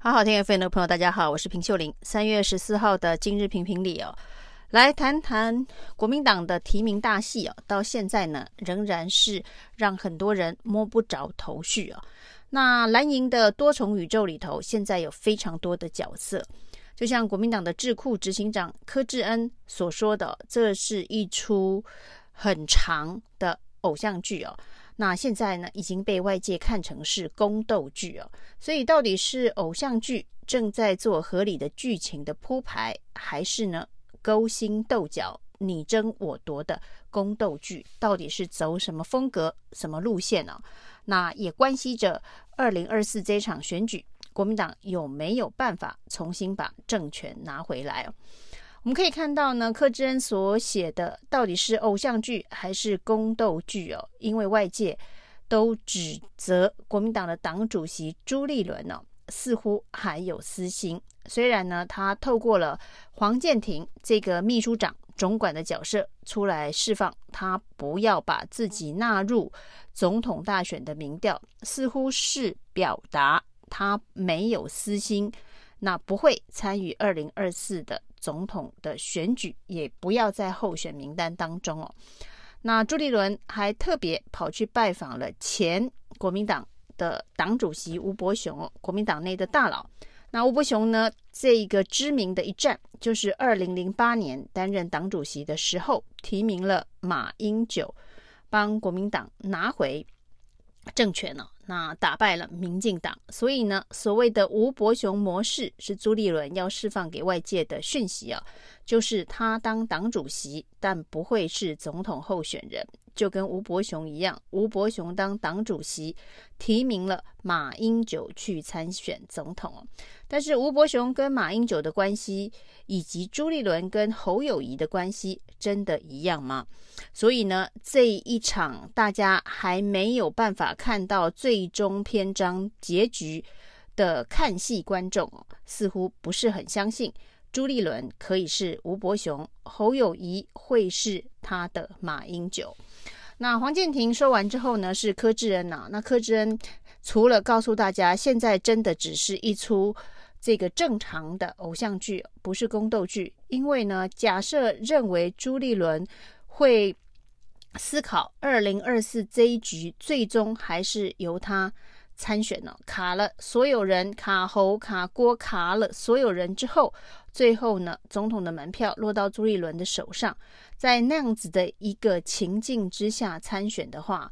好好听 FM 的朋友，大家好，我是平秀玲。3月14号的今日评评里来谈谈国民党的提名大戏到现在呢，仍然是让很多人摸不着头绪那蓝营的多重宇宙里头，现在有非常多的角色，就像国民党的智库执行长柯志恩所说的，这是一出很长的偶像剧那现在呢，已经被外界看成是宫斗剧所以到底是偶像剧正在做合理的剧情的铺排，还是呢勾心斗角、你争我夺的宫斗剧？到底是走什么风格、什么路线那也关系着2024这场选举，国民党有没有办法重新把政权拿回来我们可以看到呢，柯志恩所写的到底是偶像剧还是宫斗剧因为外界都指责国民党的党主席朱立伦似乎还有私心。虽然呢，他透过了黄健庭这个秘书长总管的角色出来释放他不要把自己纳入总统大选的民调，似乎是表达他没有私心，那不会参与2024的总统的选举，也不要在候选名单当中那朱立伦还特别跑去拜访了前国民党的党主席吴伯雄国民党内的大佬。那吴伯雄呢，这个知名的一战就是2008年担任党主席的时候，提名了马英九帮国民党拿回政权那打败了民进党。所以呢，所谓的吴伯雄模式是朱立伦要释放给外界的讯息就是他当党主席，但不会是总统候选人，就跟吴伯雄一样，吴伯雄当党主席提名了马英九去参选总统但是吴伯雄跟马英九的关系，以及朱立伦跟侯友宜的关系真的一样吗？所以呢，这一场大家还没有办法看到最终篇章结局的看戏观众似乎不是很相信朱立伦可以是吴伯雄，侯友宜会是他的马英九。那黄健庭说完之后呢，是柯志恩那柯志恩除了告诉大家现在真的只是一出这个正常的偶像剧，不是宫斗剧，因为呢，假设认为朱立伦会思考2024这一局最终还是由他参选卡了所有人，卡侯卡郭卡了所有人之后，最后呢，总统的门票落到朱立伦的手上，在那样子的一个情境之下参选的话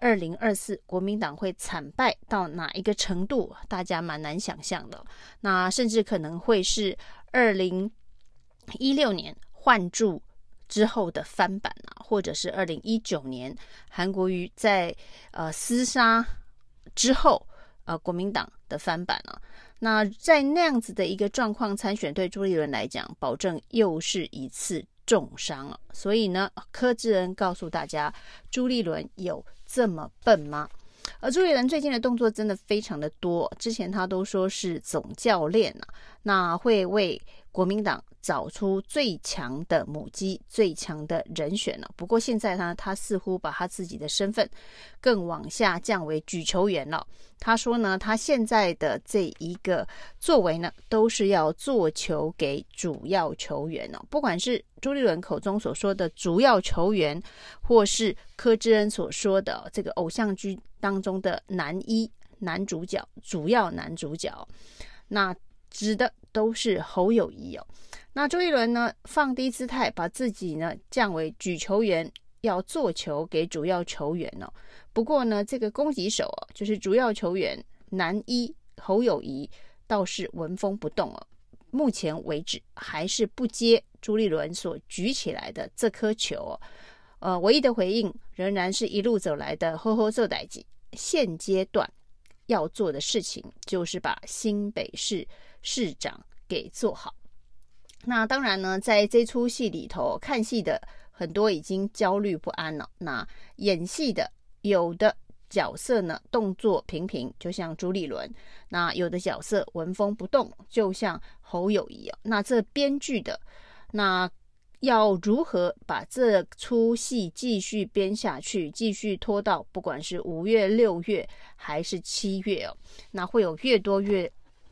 ，2024国民党会惨败到哪一个程度，大家蛮难想象的。那甚至可能会是2016年换柱之后的翻版或者是2019年韩国瑜在厮杀之后国民党的翻版那在那样子的一个状况参选，对朱立伦来讲保证又是一次重伤所以呢，柯志恩告诉大家，朱立伦有这么笨吗？而朱立伦最近的动作真的非常的多，之前他都说是总教练那会为国民党找出最强的母鸡、最强的人选不过现在他似乎把他自己的身份更往下降为举球员了。他说呢，他现在的这一个作为呢，都是要做球给主要球员不管是朱立伦口中所说的主要球员，或是柯志恩所说的这个偶像剧当中的男主角、主要男主角，那指的都是侯友宜那朱立伦呢，放低姿态，把自己呢降为举球员，要做球给主要球员不过呢，这个攻击手就是主要球员男一侯友宜倒是纹风不动目前为止还是不接朱立伦所举起来的这颗球唯一的回应仍然是一路走来的好好做代志，现阶段要做的事情就是把新北市市长给做好。那当然呢，在这出戏里头，看戏的很多已经焦虑不安了。那演戏的有的角色呢，动作频频，就像朱立伦；那有的角色纹风不动，就像侯友宜那这编剧的，那要如何把这出戏继续编下去，继续拖到不管是5月、6月还是7月那会有越多越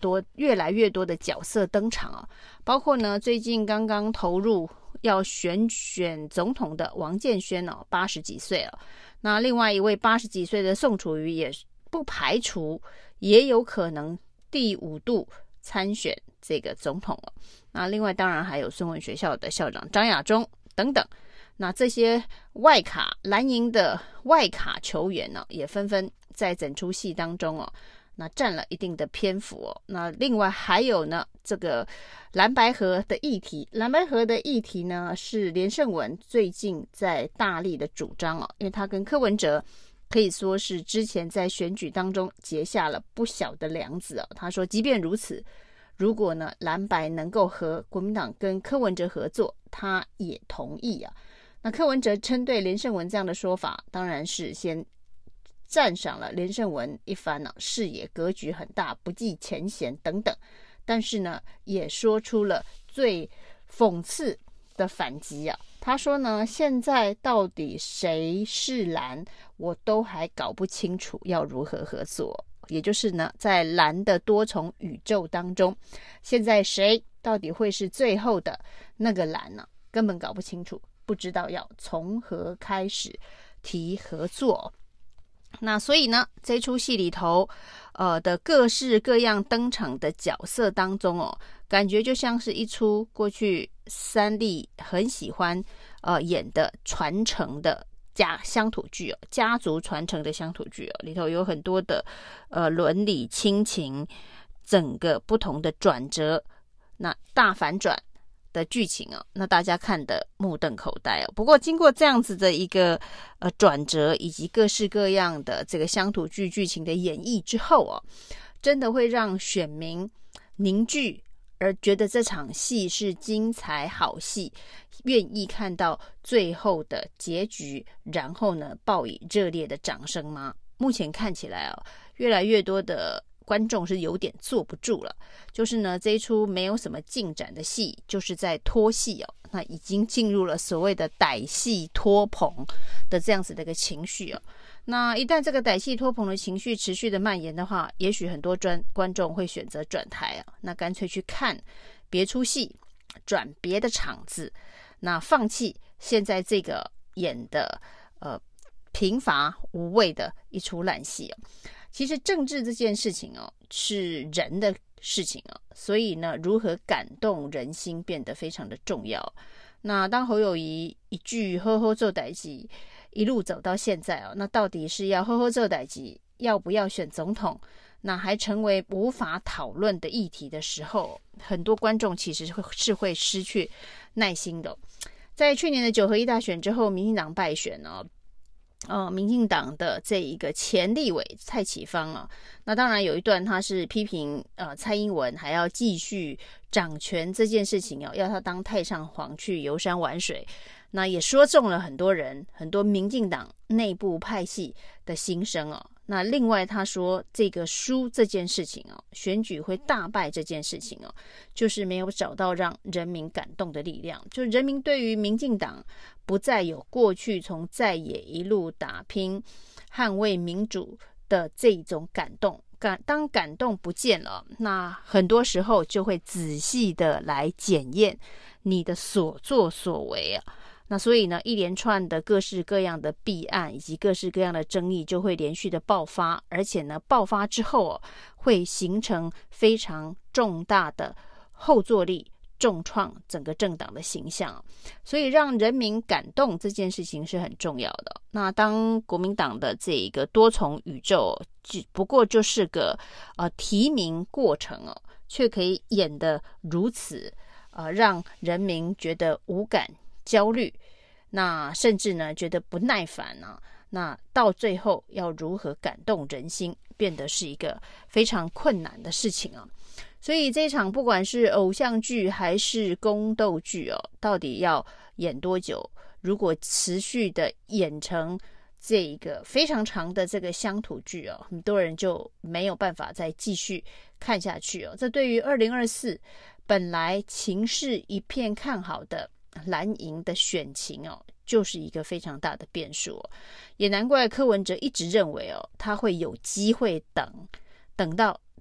越来越多的角色登场啊，包括呢最近刚刚投入要选总统的王建煊哦，80几岁了。那另外一位80几岁的宋楚瑜也不排除也有可能第5度参选这个总统了。那另外当然还有孙文学校的校长张亚中等等。那这些蓝营的外卡球员呢，也纷纷在整出戏当中哦，那占了一定的篇幅哦。那另外还有呢，这个蓝白合的议题呢，是连胜文最近在大力的主张哦，因为他跟柯文哲可以说是之前在选举当中结下了不小的梁子哦。他说，即便如此，如果呢蓝白能够和国民党跟柯文哲合作，他也同意啊。那柯文哲针对连胜文这样的说法，当然是先赞赏了连胜文一番呢，视野格局很大，不计前嫌等等。但是呢，也说出了最讽刺的反击啊。他说呢，现在到底谁是蓝，我都还搞不清楚要如何合作。也就是呢，在蓝的多重宇宙当中，现在谁到底会是最后的那个蓝呢？根本搞不清楚。不知道要从何开始提合作。那所以呢，这出戏里头的各式各样登场的角色当中哦，感觉就像是一出过去三立很喜欢演的传承的乡土剧哦，家族传承的乡土剧哦，里头有很多的伦理亲情，整个不同的转折，那大反转的剧情哦，那大家看得目瞪口呆哦。不过经过这样子的一个转折，以及各式各样的这个乡土剧剧情的演绎之后哦，真的会让选民凝聚，而觉得这场戏是精彩好戏，愿意看到最后的结局，然后呢报以热烈的掌声吗？目前看起来哦，越来越多的观众是有点坐不住了，就是呢这一出没有什么进展的戏，就是在拖戏哦，那已经进入了所谓的歹戏拖棚的这样子的一个情绪哦。那一旦这个歹戏拖棚的情绪持续的蔓延的话，也许很多观众会选择转台啊，那干脆去看别出戏，转别的场子，那放弃现在这个演的贫乏无味的一出烂戏哦。其实政治这件事情哦，是人的事情哦，所以呢，如何感动人心变得非常的重要。那当侯友宜一句好好做代志一路走到现在哦，那到底是要好好做代志，要不要选总统，那还成为无法讨论的议题的时候，很多观众其实是会失去耐心的。在去年的9合1大选之后，民进党败选哦。民进党的这一个前立委蔡启芳啊，那当然有一段他是批评蔡英文还要继续掌权这件事情哦，要他当太上皇去游山玩水，那也说中了很多人很多民进党内部派系的心声哦。那另外他说这个输这件事情哦，选举会大败这件事情哦，就是没有找到让人民感动的力量，就人民对于民进党不再有过去从在野一路打拼捍卫民主的这种感动，当感动不见了，那很多时候就会仔细的来检验你的所作所为啊。那所以呢，一连串的各式各样的弊案以及各式各样的争议就会连续的爆发，而且呢，爆发之后会形成非常重大的后坐力，重创整个政党的形象，所以让人民感动这件事情是很重要的。那当国民党的这一个多重宇宙不过就是个提名过程哦，却可以演得如此让人民觉得无感焦虑，那甚至呢觉得不耐烦啊，那到最后要如何感动人心，变得是一个非常困难的事情啊。所以这场不管是偶像剧还是宫斗剧哦，到底要演多久？如果持续的演成这一个非常长的这个乡土剧哦，很多人就没有办法再继续看下去哦。这对于2024本来情势一片看好的蓝营的选情哦，就是一个非常大的变数哦。也难怪柯文哲一直认为哦，他会有机会等到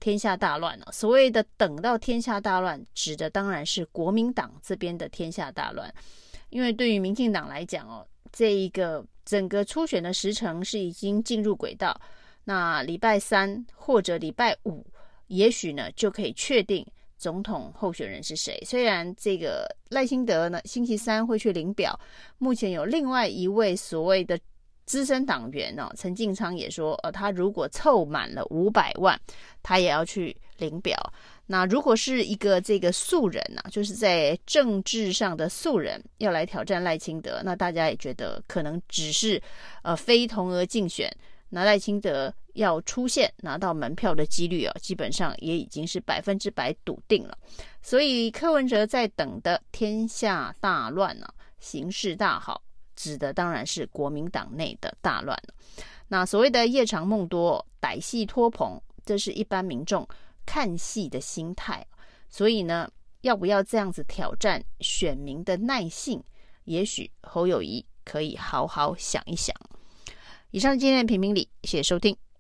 天下大乱了。所谓的等到天下大乱，指的当然是国民党这边的天下大乱。因为对于民进党来讲这一个整个初选的时程是已经进入轨道，那礼拜3或者礼拜5，也许呢就可以确定总统候选人是谁。虽然这个赖清德呢星期3会去领表，目前有另外一位所谓的资深党员陈进昌也说他如果凑满了500万，他也要去领表。那如果是一个这个素人就是在政治上的素人要来挑战赖清德，那大家也觉得可能只是非同额竞选，那赖清德要出现拿到门票的几率基本上也已经是100%笃定了。所以柯文哲在等的天下大乱形势大好，指的当然是国民党内的大乱了。那所谓的夜长梦多、歹戏拖棚，这是一般民众看戏的心态。所以呢，要不要这样子挑战选民的耐性，也许侯友宜可以好好想一想。以上今天的评评理，谢谢收听。